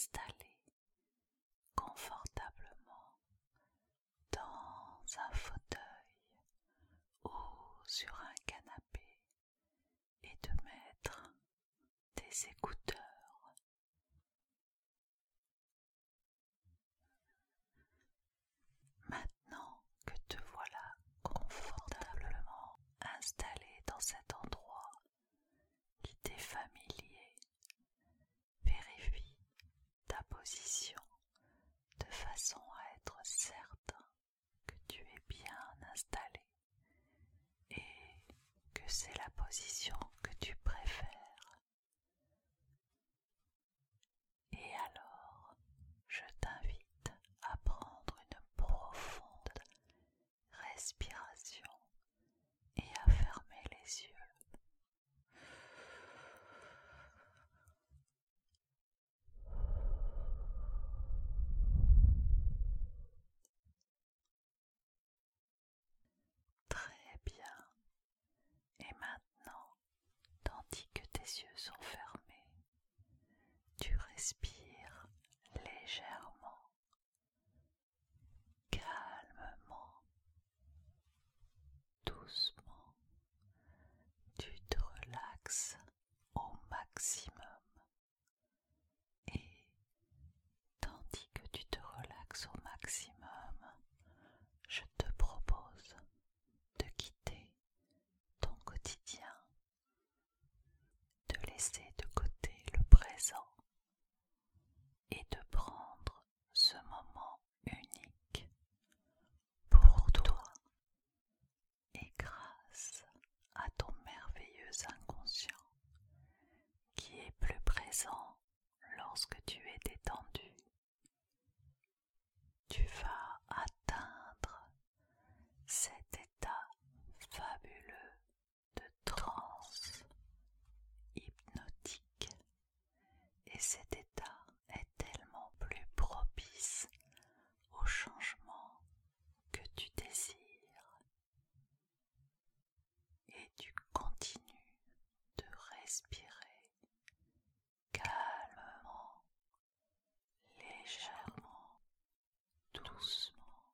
t'installer confortablement dans un fauteuil ou sur un canapé et de mettre tes écouteurs. Maintenant que te voilà confortablement installé dans cet endroit qui t'est familier, vérifie ta position de façon à être certain que tu es bien installé et que c'est la position que tu préfères. Et alors, je t'invite à prendre une profonde respiration et à fermer les yeux. Très bien. Et maintenant, tandis que tes yeux sont fermés, tu respires légèrement, calmement, doucement. Tu te relaxes au maximum. Et tandis que tu te relaxes au maximum, je te propose de quitter ton quotidien, de laisser de côté le présent et de prendre ce moment unique pour toi et grâce à ton merveilleux inconscient qui est plus présent lorsque tu es détendu. Tu vas atteindre cet état fabuleux de transe hypnotique et cet état est tellement plus propice au changement que tu désires et tu continues de respirer calmement, légèrement, doucement.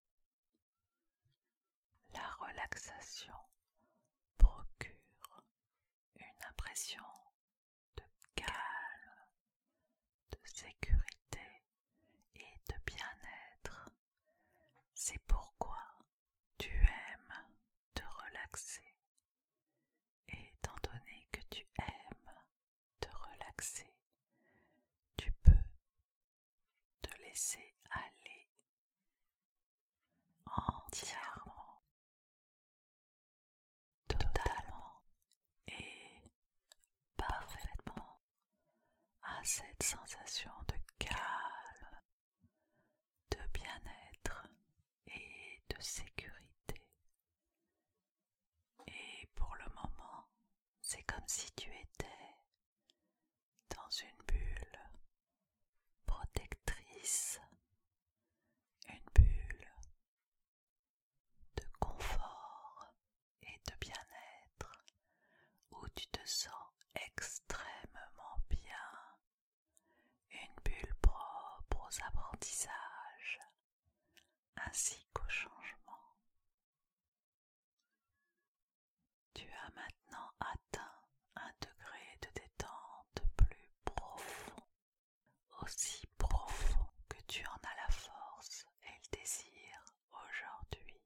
La relaxation procure une impression de calme, de sécurité et de bien-être. C'est pourquoi tu aimes te relaxer. Et étant donné que tu aimes te relaxer, tu peux te laisser aller entièrement, totalement et parfaitement à cette sensation de calme, de bien-être et de sécurité. Et pour le moment, c'est comme si tu étais dans une bulle protectrice, une bulle de confort et de bien-être où tu te sens extrêmement bien, une bulle propre aux apprentissages ainsi qu'au changement. Tu as maintenant atteint un degré de détente plus profond, aussi profond que tu en as la force et le désir aujourd'hui,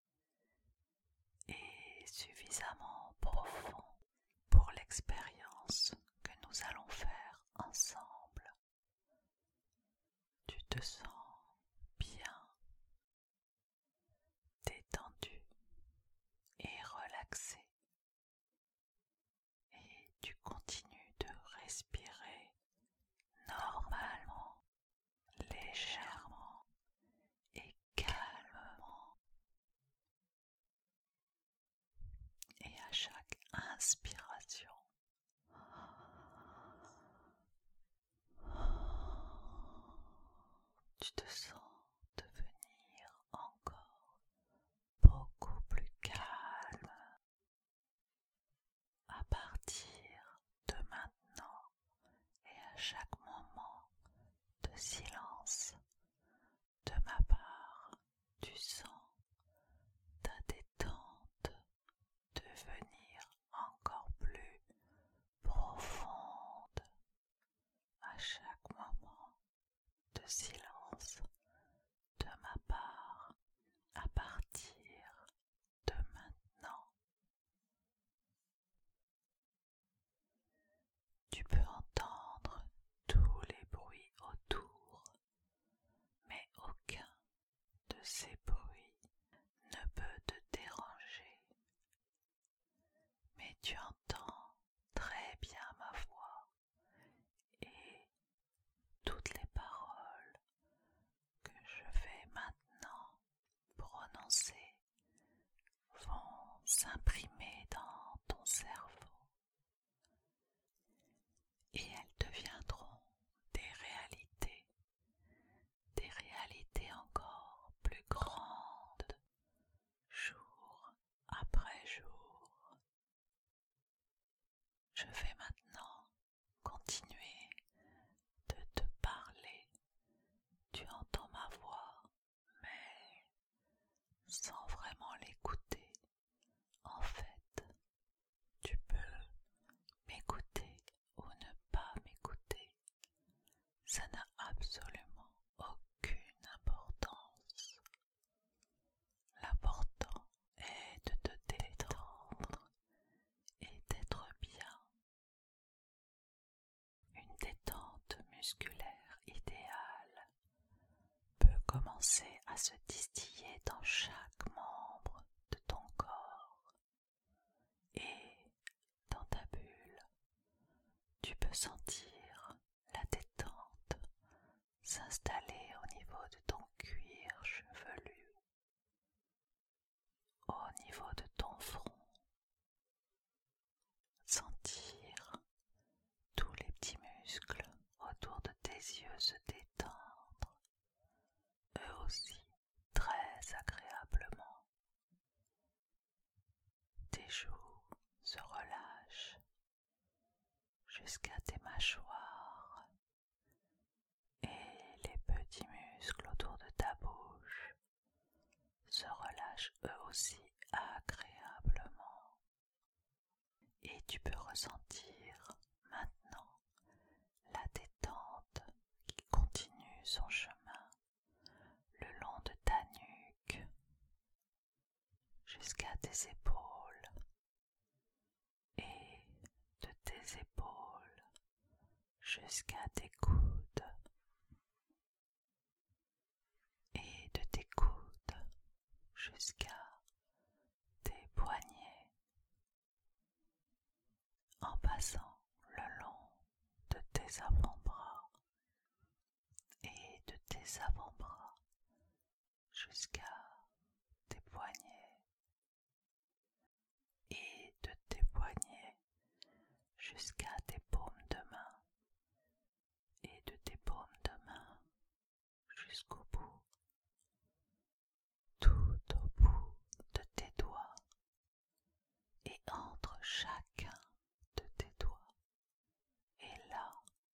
et suffisamment profond pour l'expérience que nous allons faire ensemble. Tu te sens bien, détendu et relaxé. Et tu continues de respirer normalement, légèrement et calmement. Et à chaque inspiration, tu te sens devenir encore beaucoup plus calme. À partir de maintenant et à chaque moment de silence de ma part. Tu sens ta détente devenir encore plus profonde à chaque moment de silence de ma part à partir de maintenant. Tu peux entendre tous les bruits autour, mais aucun de ces bruits ne peut te déranger. Mais tu entends très bien ma voix et toutes les paroles que je vais maintenant prononcer vont s'imprimer dans ton cerveau et elles deviendront des réalités encore plus grandes, jour après jour. Je vais maintenant continuer de te parler. Tu entends ma voix, mais sans vraiment l'écouter. En fait, tu peux m'écouter ou ne pas m'écouter. Ça n'a absolument aucune importance. L'important est de te détendre et d'être bien. Une détente musculaire idéale peut commencer à se distiller dans chaque membre de ton corps et dans ta bulle. Tu peux sentir la détente s'installer au niveau de ton cuir chevelu, au niveau de ton front, sentir tous les petits muscles autour de tes yeux se détendre, eux aussi très agréablement. Tes joues se relâchent jusqu'à tes mâchoires et les petits muscles autour de ta bouche se relâchent eux aussi agréablement. Et tu peux ressentir maintenant la détente qui continue son chemin le long de ta nuque jusqu'à tes épaules et de tes épaules jusqu'à tes coudes et de tes coudes jusqu'à tes poignets, en passant le long de tes avant-bras et de tes avant-bras jusqu'à tes poignets et de tes poignets jusqu'à tes paumes de main et de tes paumes de main jusqu'au bout, tout au bout de tes doigts et entre chacun de tes doigts. Et là,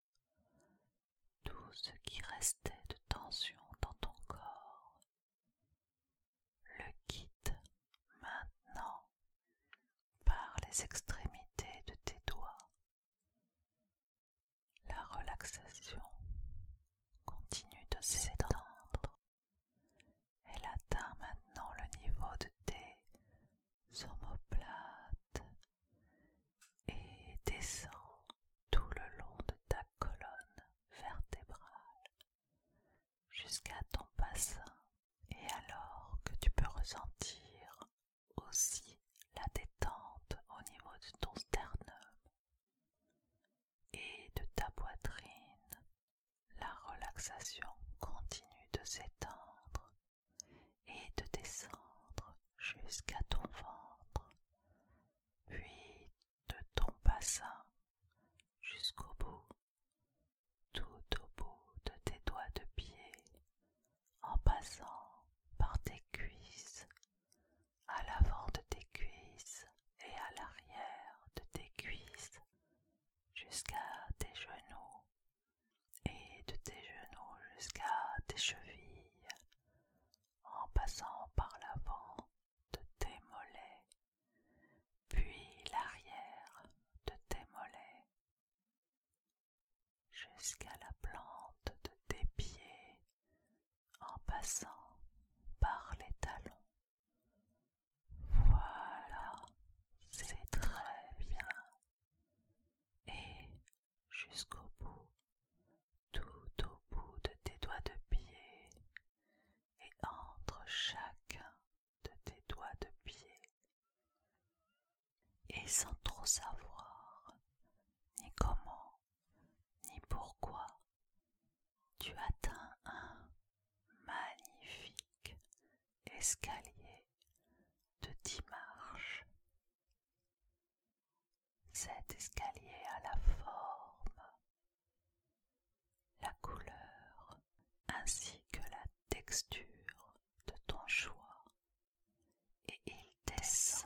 tout ce qui restait de tension dans ton corps le quitte maintenant par les extrémités de tes doigts. La relaxation continue de s'étendre. Elle atteint maintenant le niveau de tes omoplates et descend tout le long de ta colonne vertébrale jusqu'à ton bassin. Et alors que tu peux ressentir aussi la détente au niveau de ton sternum et de ta poitrine, la relaxation continue de s'étendre et de descendre jusqu'à ton ventre, puis de ton bassin jusqu'au bout, tout au bout de tes doigts de pied, en passant par tes cuisses, à l'avant de tes cuisses et à l'arrière de tes cuisses, jusqu'à tes genoux et de tes genoux chevilles, en passant par l'avant de tes mollets, puis l'arrière de tes mollets, jusqu'à la plante de tes pieds, en passant par les talons. Voilà, c'est très bien. Et jusqu'au bout, tout au bout de tes doigts de pied et entre chacun de tes doigts de pied. Et sans trop savoir ni comment ni pourquoi, tu atteins un magnifique escalier de 10 marches. Cet escalier a la forme, la couleur ainsi que la texture de ton choix et il descend.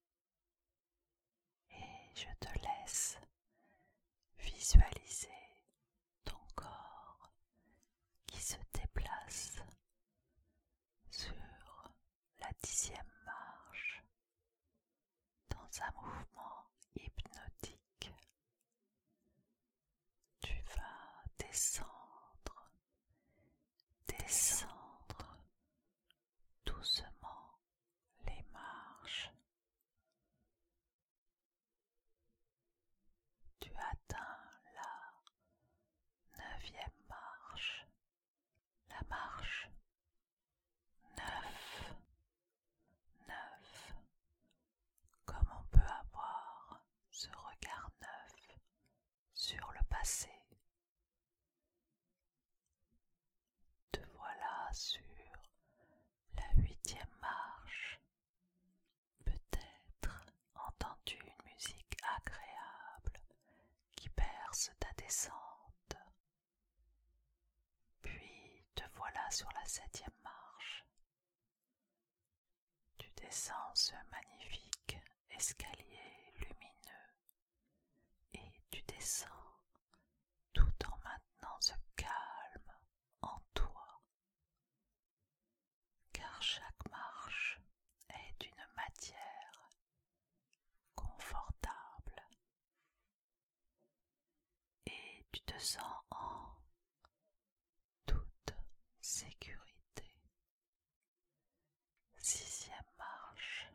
Et je te laisse visualiser ton corps qui se déplace sur la 10e marche dans un mouvement hypnotique. Tu vas descendre doucement les marches. Tu atteins la 9e marche, la marche 9, comme on peut avoir ce regard neuf sur le passé. Te voilà sur la 8e marche, peut-être entendu une musique agréable qui berce ta descente. Puis te voilà sur la 7e marche. Tu descends ce magnifique escalier lumineux et tu descends tout en maintenant ce calme en toi, car chaque marche est d'une matière confortable et tu te sens en toute sécurité. 6e marche.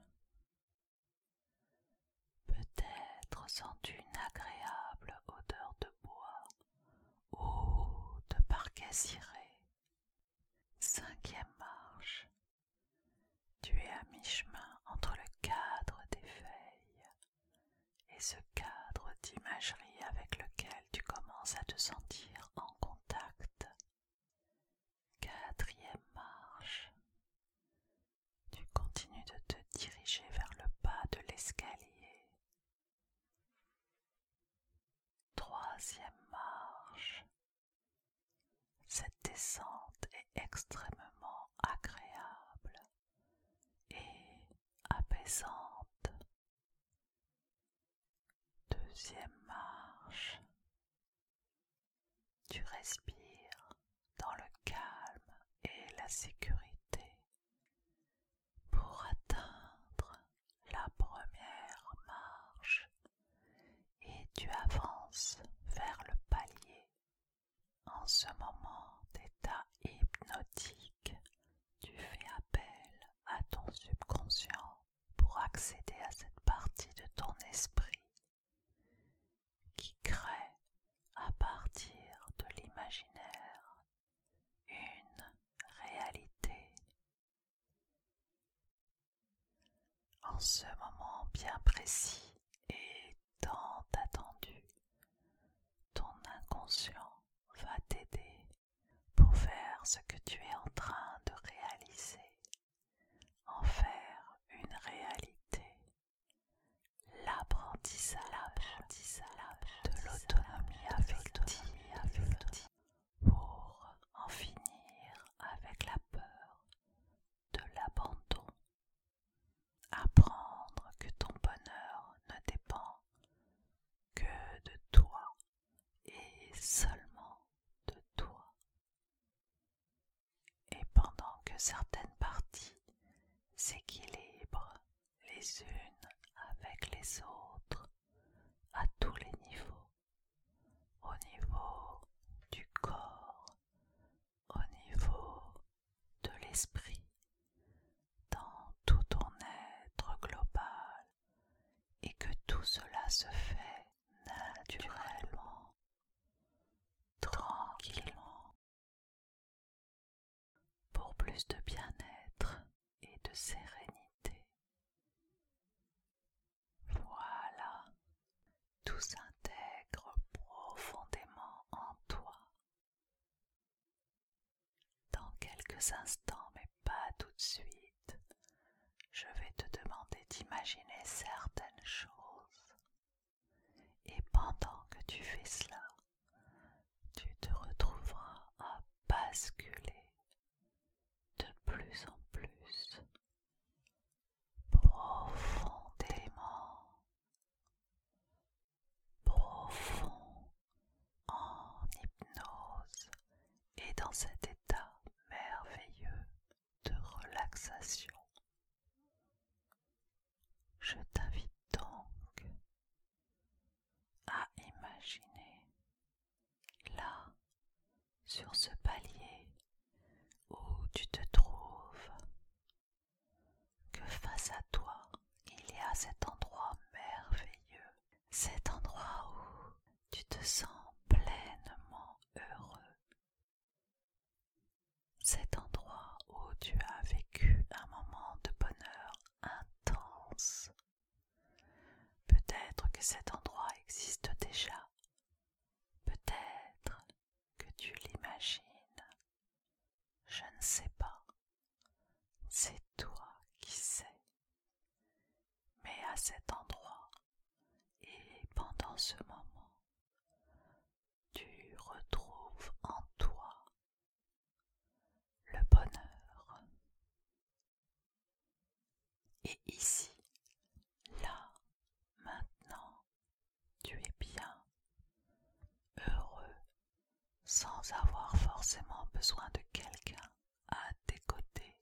Peut-être sens-tu une agréable odeur de bois ou de parquet ciré. 5e marche. Tu es à mi-chemin entre le cadre des feuilles et ce cadre d'imagerie avec lequel tu commences à te sentir en contact. 4e marche. Tu continues de te diriger vers le bas de l'escalier. 3e marche. Cette descente est extrêmement agréable et apaisante. 2e marche. Tu respires dans le calme et la sécurité pour atteindre la 1re marche et tu avances vers le palier. En ce moment d'état hypnotique, tu fais appel à ton subconscient pour accéder à cette partie de ton esprit qui crée à partir de l'imaginaire une réalité. En ce moment bien précis et tant attendu, ton inconscient va t'aider pour faire ce que tu es en train de réaliser, en faire une réalité. L'apprentissage de l'autonomie affective pour en finir avec la peur de l'abandon. Apprendre que ton bonheur ne dépend que de toi et seulement de toi. certaines parties s'équilibrent les unes avec les autres à tous les niveaux, au niveau du corps, au niveau de l'esprit, dans tout ton être global, et que tout cela se fait naturellement, tranquillement, pour plus de bien-être et de sérénité. Voilà, tout s'intègre profondément en toi. Dans quelques instants, mais pas tout de suite, je vais te demander d'imaginer certaines choses. Et pendant que tu fais cela, tu te retrouveras à basculer de plus en plus profondément, profond en hypnose et dans cet état merveilleux de relaxation. Je t'invite donc à imaginer là, sur ce palier où tu te trouves, que face à toi, il y a cet endroit merveilleux, cet endroit où tu te sens pleinement heureux, cet endroit où tu as vécu un moment de bonheur intense. Peut-être que cet endroit existe déjà, peut-être que tu l'imagines, je ne sais pas, c'est toi qui sais. Mais à cet endroit et pendant ce moment, tu retrouves en toi le bonheur. Et ici, là, maintenant, tu es bien, heureux, sans avoir forcément besoin de quelqu'un à tes côtés.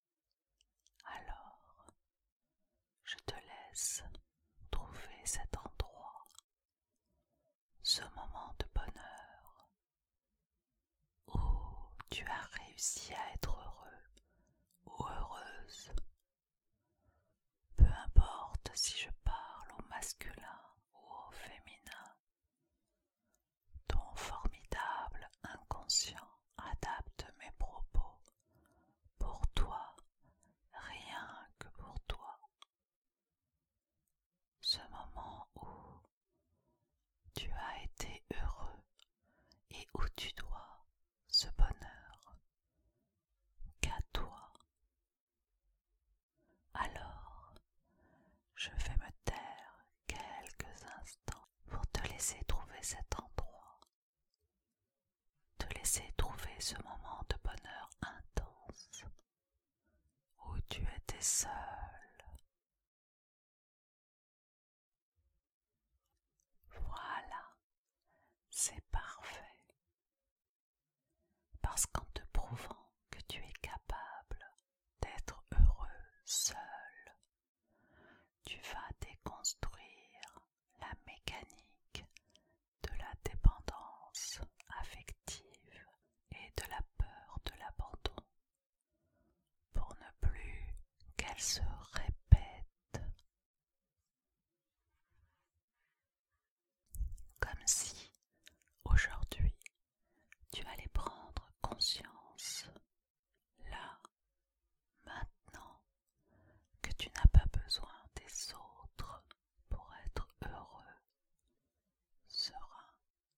Alors, je te laisse trouver cet endroit, ce moment de bonheur où tu as réussi à être heureux ou heureuse. Peu importe si je parle au masculin ou au féminin, ton formidable inconscient adapte mes propos pour toi, rien que pour toi. Ce moment où tu as été heureux et où tu dois ce bonheur qu'à toi. Alors, je vais me taire quelques instants pour te laisser trouver cet endroit, te laisser trouver ce moment de bonheur intense où tu étais seul. Voilà, c'est parfait. Parce qu'en te prouvant que tu es capable d'être heureux seul, tu vas déconstruire la mécanique de la dépendance affective et de la peur de l'abandon pour ne plus qu'elle se répète. Comme si aujourd'hui tu allais prendre conscience, là, maintenant, que tu n'as pas besoin des autres pour être heureux, serein,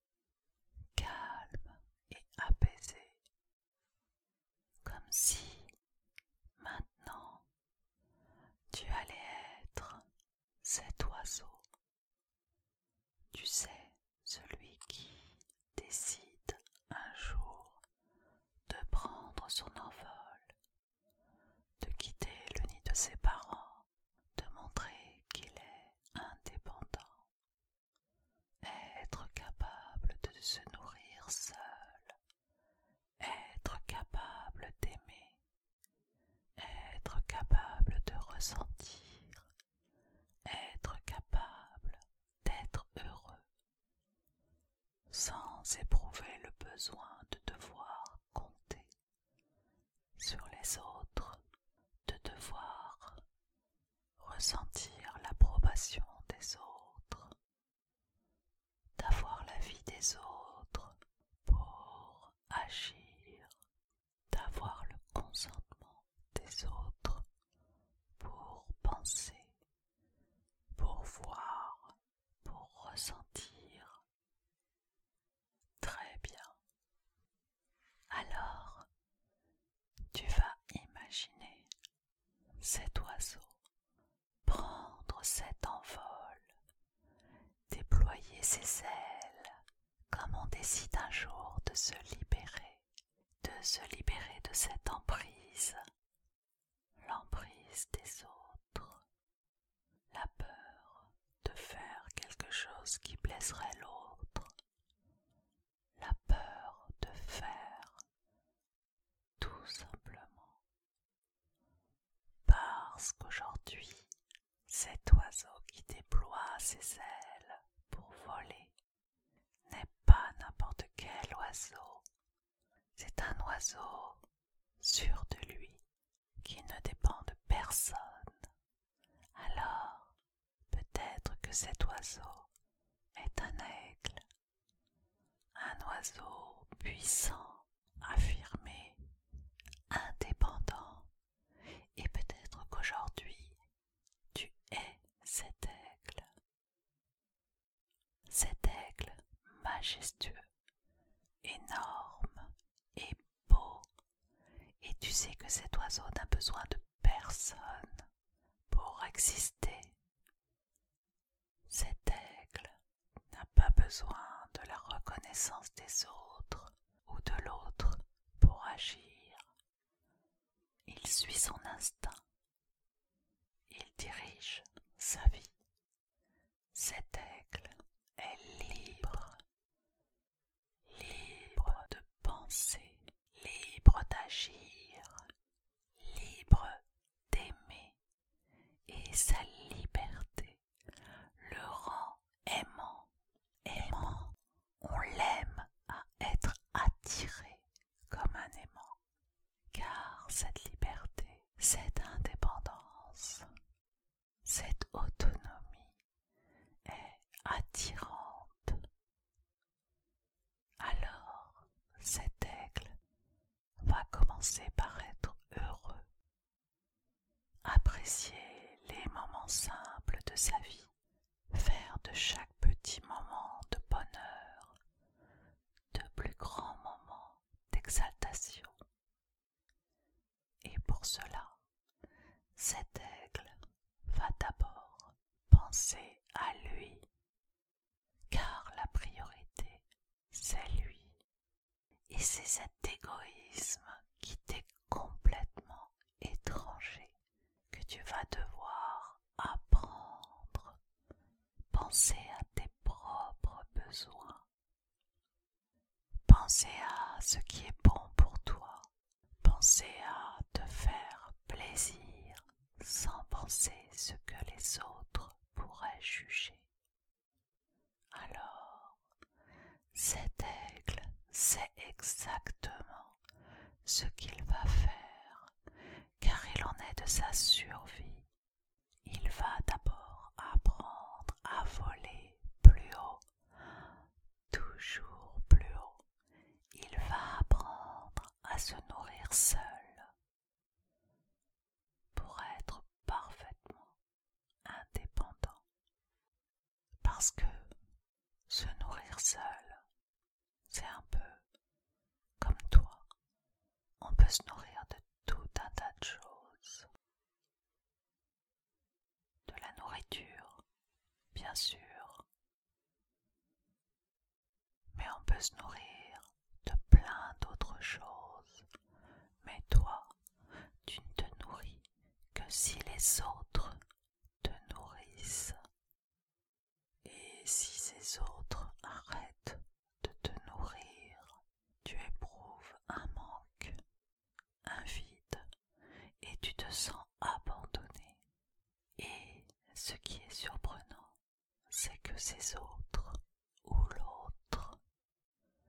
calme et apaisé. Comme si, maintenant, tu allais être cet oiseau, tu sais, celui qui décide un jour de prendre son envol, de quitter le nid de ses parents, de montrer qu'il est indépendant, être capable de se nourrir seul, être capable d'aimer sans éprouver le besoin de devoir compter sur les autres, de devoir ressentir l'approbation des autres, d'avoir l'avis des autres pour agir, d'avoir le consentement des autres pour penser, pour voir, pour ressentir. Très bien. Alors, tu vas imaginer cet oiseau prendre cet envol, déployer ses ailes, comme on décide un jour de se libérer de cette emprise, l'emprise des autres, la peur de faire quelque chose qui blesserait l'autre, la peur de faire tout simplement parce qu'aujourd'hui, cet oiseau qui déploie ses ailes pour voler n'est pas n'importe quel oiseau. C'est un oiseau sûr de lui qui ne dépend de personne. Alors, peut-être que cet oiseau est un aigle, un oiseau puissant, affirmé, indépendant, et peut-être qu'aujourd'hui, tu es cet aigle majestueux, énorme et beau, et tu sais que cet oiseau n'a besoin de personne pour exister. Cet aigle n'a pas besoin de la reconnaissance des autres ou de l'autre pour agir. Il suit son instinct. Il dirige sa vie. Cet aigle est libre, libre de penser, libre d'agir, libre d'aimer, et sa liberté le rend aimant. On l'aime à être attiré comme un aimant, car cette liberté, cette indépendance, cette autonomie est attirante. Alors, cet aigle va commencer par être heureux, apprécier les moments simples de sa vie, faire de chaque petit moment de bonheur de plus grands moments d'exaltation. Et pour cela, cet aigle va d'abord penser à lui, car la priorité, c'est lui. Et c'est cet égoïsme qui t'est complètement étranger que tu vas devoir apprendre. Penser à tes propres besoins. Penser à ce qui est bon pour toi. Penser à te faire plaisir sans penser ce que les autres pourraient juger. Alors, cet aigle sait exactement ce qu'il va faire, car il en est de sa survie. Il va d'abord apprendre à voler plus haut, toujours plus haut. Il va apprendre à se nourrir seul pour être parfaitement indépendant. Parce que se nourrir seul, c'est un peu comme toi. On peut se nourrir de tout un tas de choses. De la nourriture, bien sûr. Mais on peut se nourrir de plein d'autres choses. Mais toi, tu ne te nourris que si les autres te nourrissent. Et si ces autres arrêtent de te nourrir, tu éprouves un manque, un vide, et tu te sens abandonné. Et ce qui est surprenant, c'est que ces autres, ou l'autre,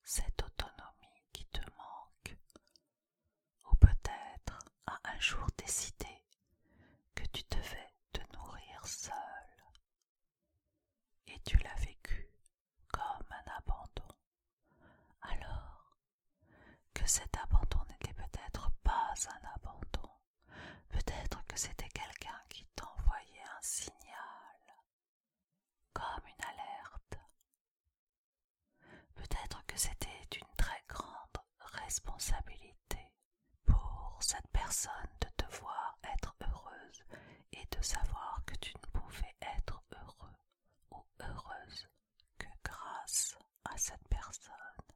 cette autonomie qui te manque, ou peut-être à un jour décidé que tu devais te nourrir seul, et tu l'as vécu comme un abandon, alors que cet abandon n'était peut-être pas un abandon, peut-être que c'était quelqu'un qui t'envoyait un signal, comme une alerte. Peut-être que c'était une très grande responsabilité pour cette personne de te voir être heureuse et de savoir que tu ne pouvais être heureux ou heureuse que grâce à cette personne.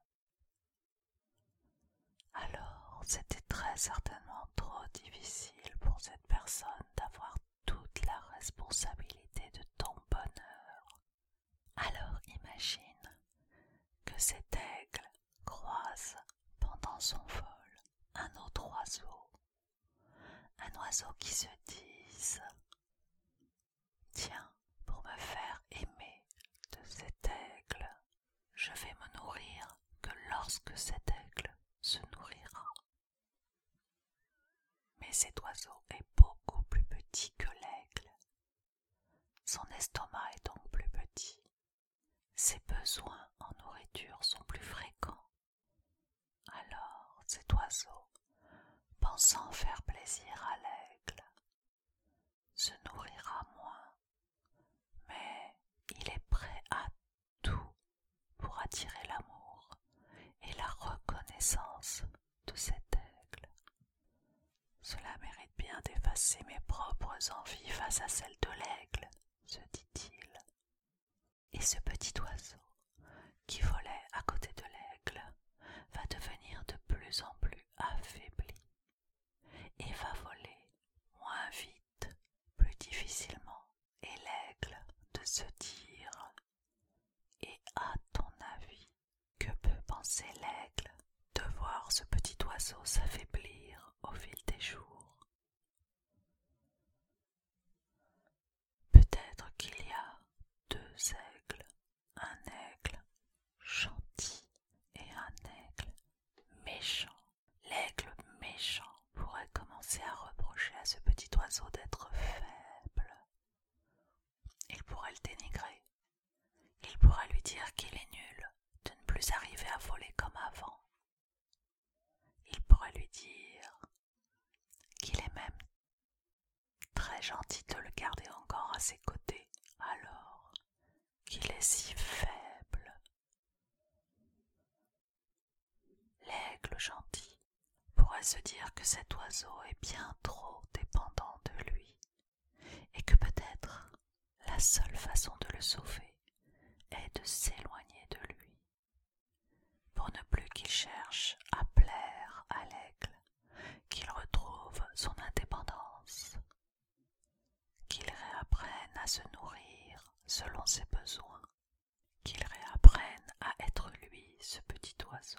Alors, c'était très certainement trop difficile pour cette personne d'avoir toute la responsabilité de ton bonheur. Alors imagine que cet aigle croise pendant son vol un autre oiseau qui se dise: tiens, pour me faire aimer de cet aigle, je vais me nourrir que lorsque cet aigle se nourrira. Mais cet oiseau est beaucoup plus petit que l'aigle. Son estomac est donc plus petit. Ses besoins en nourriture sont plus fréquents. Alors cet oiseau, pensant faire plaisir à l'aigle, se nourrira moins, mais il est prêt à tout pour attirer l'amour et la reconnaissance de cet aigle. Cela mérite bien d'effacer mes propres envies face à celles de l'aigle, se dit-il. Et ce petit oiseau, qui volait à côté de l'aigle, va devenir de plus en plus affaibli et va voler moins vite, plus difficilement, et l'aigle de se dire: et à ton avis, que peut penser l'aigle de voir ce petit oiseau s'affaiblir au fil des jours? Peut-être qu'il y a deux aigles, un aigle gentil et un aigle méchant. L'aigle méchant pourrait commencer à reprocher à ce petit oiseau d'être faible. Il pourrait le dénigrer. Il pourrait lui dire qu'il est nul, de ne plus arriver à voler comme avant. Il pourrait lui dire qu'il est même très gentil de le garder encore à ses côtés, alors qu'il est si faible. L'aigle gentil pourrait se dire que cet oiseau est bien trop dépendant de lui et que peut-être la seule façon de le sauver est de s'éloigner de lui, pour ne plus qu'il cherche à plaire à l'aigle, qu'il retrouve son indépendance, qu'il réapprenne à se nourrir selon ses besoins, qu'il réapprenne à être lui, ce petit oiseau.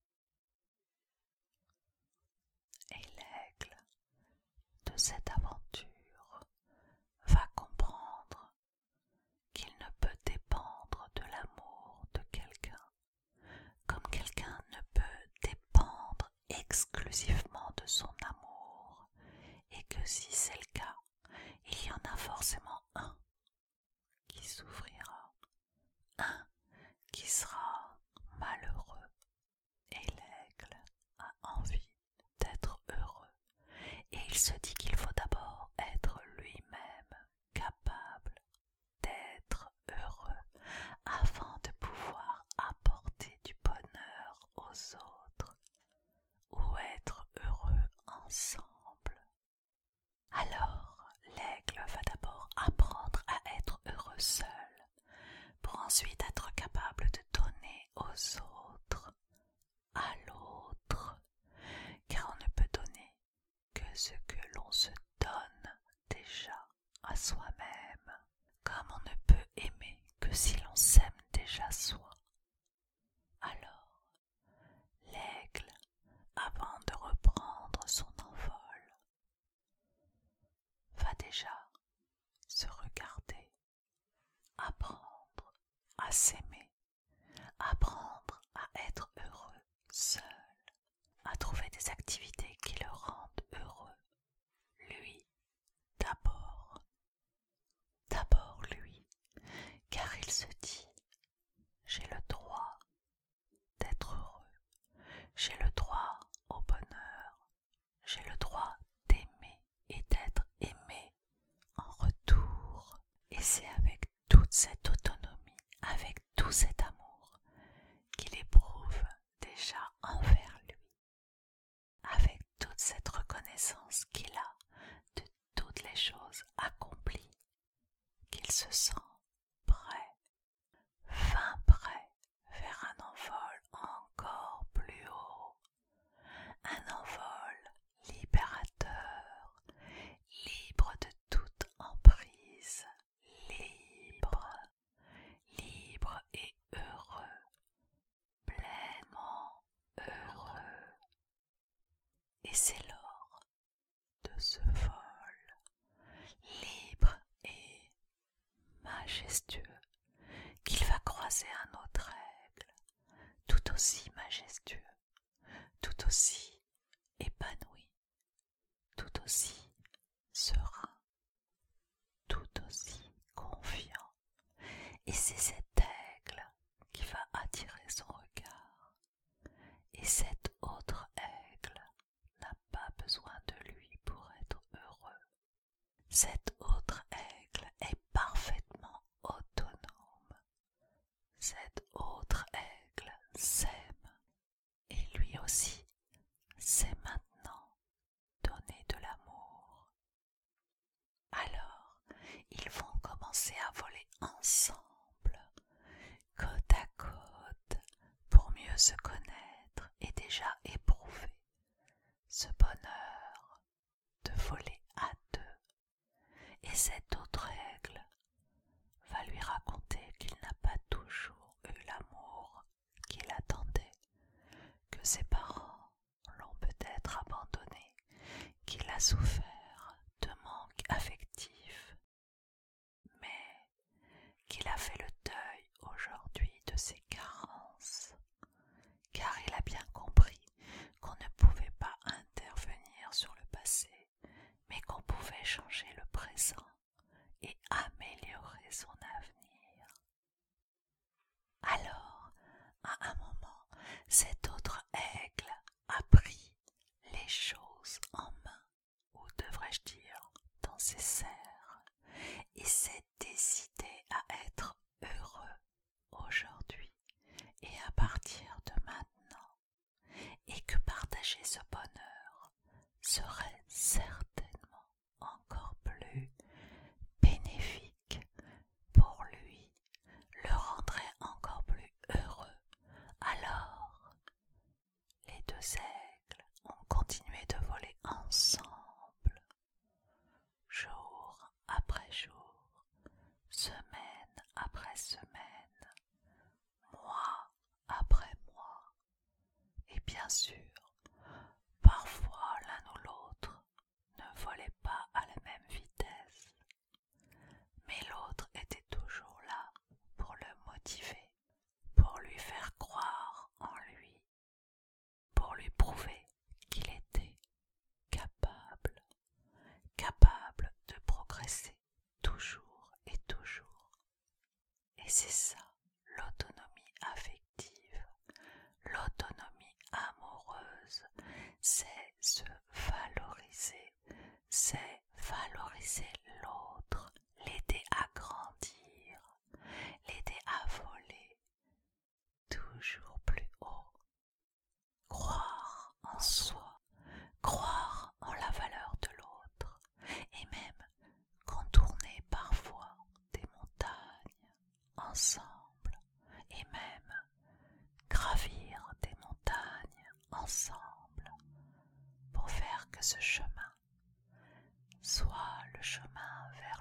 Et l'aigle de cette aventure va comprendre qu'il ne peut dépendre de l'amour de quelqu'un comme quelqu'un ne peut dépendre exclusivement de son amour, et que si c'est le cas, il y en a forcément un qui souffrira, un qui sera malheureux, et l'aigle a envie d'être heureux, et il se dit qu'il faut d'abord être lui-même capable d'être heureux avant de pouvoir apporter du bonheur aux autres ou être heureux ensemble. Alors l'aigle va d'abord apprendre à être heureux seul pour ensuite être capable de donner aux autres, à l'autre, car on ne peut donner que ce que l'on se donne déjà à soi-même, comme on ne peut aimer que si l'on s'aime déjà soi. Alors, l'aigle, avant de reprendre son envol, va déjà se regarder, apprendre à s'aimer, apprendre à être heureux seul, à trouver des activités qui le rendent heureux. Lui, d'abord lui, car il se dit, j'ai le droit d'être heureux, j'ai le droit au bonheur, j'ai le droit d'aimer et d'être aimé en retour. Et c'est avec toute cette autonomie, avec tout cet amour qu'il éprouve déjà envers lui, avec toute cette reconnaissance qu'il a de toutes les choses accomplies, qu'il se sent prêt, fin prêt vers un envol encore plus haut, un envol libérateur, libre de toute emprise, libre et heureux, pleinement heureux. Et c'est lors de ce vol, libre et majestueux, qu'il va croiser un autre aigle, tout aussi majestueux, tout aussi épanoui, tout aussi serein, tout aussi confiant. Et c'est cet aigle qui va attirer son regard. Et cet autre aigle n'a pas besoin de lui pour être heureux. Cet autre aigle est parfaitement autonome. Cet autre aigle s'aime. Et lui aussi sait maintenant donner de l'amour. Alors, ils vont commencer à voler ensemble, côte à côte, pour mieux se connaître et déjà éprouver ce bonheur de voler à deux. Et cet autre aigle va lui raconter qu'il n'a pas toujours eu l'amour qu'il attendait, que ses parents l'ont peut-être abandonné, qu'il a souffert de manque affectif, mais qu'il a fait le deuil aujourd'hui de ses carences, car il a bien compris qu'on ne pouvait pas intervenir sur le passé, mais qu'on pouvait changer le présent et améliorer son avenir. Alors, à un moment, cet autre aigle a pris les choses en main, ou devrais-je dire dans ses serres, et s'est décidé à être heureux aujourd'hui et à partir de maintenant, et que partager ce bonheur serait certainement encore plus bénéfique pour lui, le rendrait encore plus heureux. Alors, les deux aigles ont continué de voler ensemble, jour après jour, semaine après semaine, mois après mois, et bien sûr, parfois l'un ou l'autre ne volait pas à la même vitesse, mais l'autre était toujours là pour le motiver, pour lui faire croire en lui, pour lui prouver qu'il était capable de progresser toujours et toujours. Et c'est ça, l'autonomie affective, l'autonomie amoureuse, c'est se valoriser, c'est valoriser l'autre, l'aider à grandir, l'aider à voler toujours plus haut, croire en soi, croire en la valeur de l'autre, et même contourner parfois des montagnes ensemble, et même gravir des montagnes ensemble, pour faire que ce chemin soit le chemin vers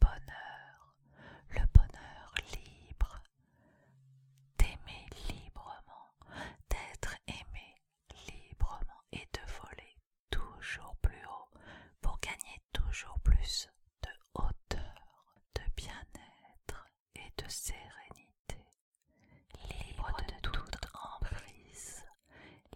le bonheur libre, d'aimer librement, d'être aimé librement et de voler toujours plus haut pour gagner toujours plus de hauteur, de bien-être et de sérénité, libre de toute emprise,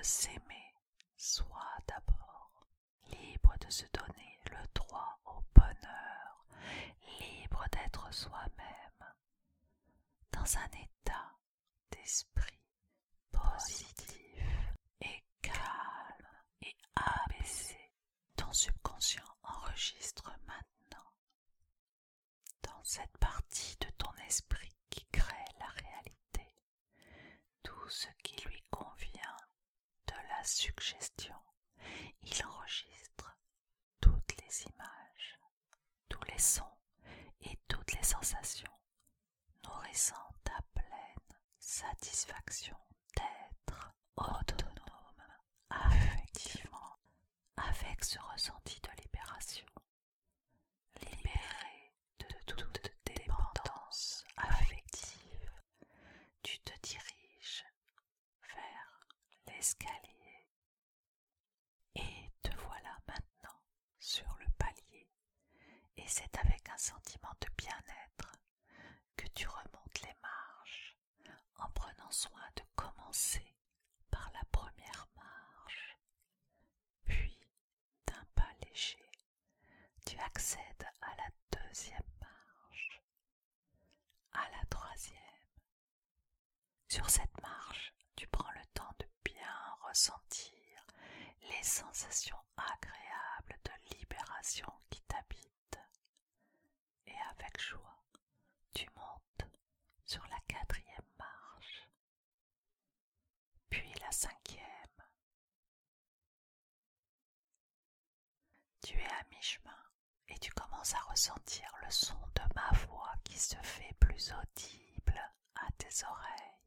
s'aimer soi d'abord, libre de se donner le droit au bonheur, libre d'être soi-même, dans un état d'esprit positif et calme et apaisé. Ton subconscient enregistre maintenant, dans cette partie de ton esprit qui crée la réalité, tout ce qui lui convient de la suggestion. Il enregistre toutes les images, tous les sons et toutes les sensations, nourrissant ta pleine satisfaction d'être autonome affectivement avec ce ressenti de libération, libéré de toute dépendance affective. Tu te diriges vers l'escalier et te voilà maintenant sur le palier, et c'est avec un sentiment de bien-être que tu remontes les marches en prenant soin de commencer par la première marche, puis d'un pas léger tu accèdes à la deuxième marche, à la troisième. Sur cette marche, tu prends le temps de bien ressentir les sensations agréables de libération qui t'habitent. Et avec joie, tu montes sur la quatrième marche, puis la cinquième. Tu es à mi-chemin et tu commences à ressentir le son de ma voix qui se fait plus audible à tes oreilles.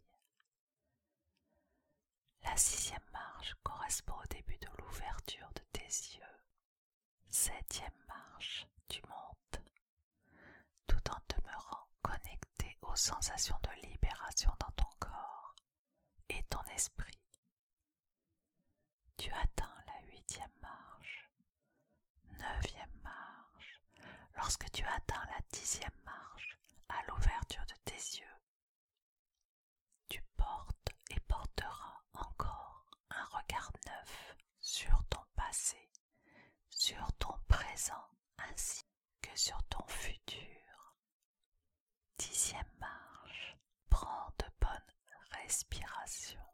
La sixième marche correspond au début de l'ouverture de tes yeux. Septième marche, tu montes, tout en demeurant connecté aux sensations de libération dans ton corps et ton esprit. Tu atteins la huitième marche, neuvième marche. Lorsque tu atteins la dixième marche, à l'ouverture de tes yeux, tu portes et porteras encore un regard neuf sur ton passé, sur ton présent ainsi que sur ton futur. Dixième marche, prends de bonnes respirations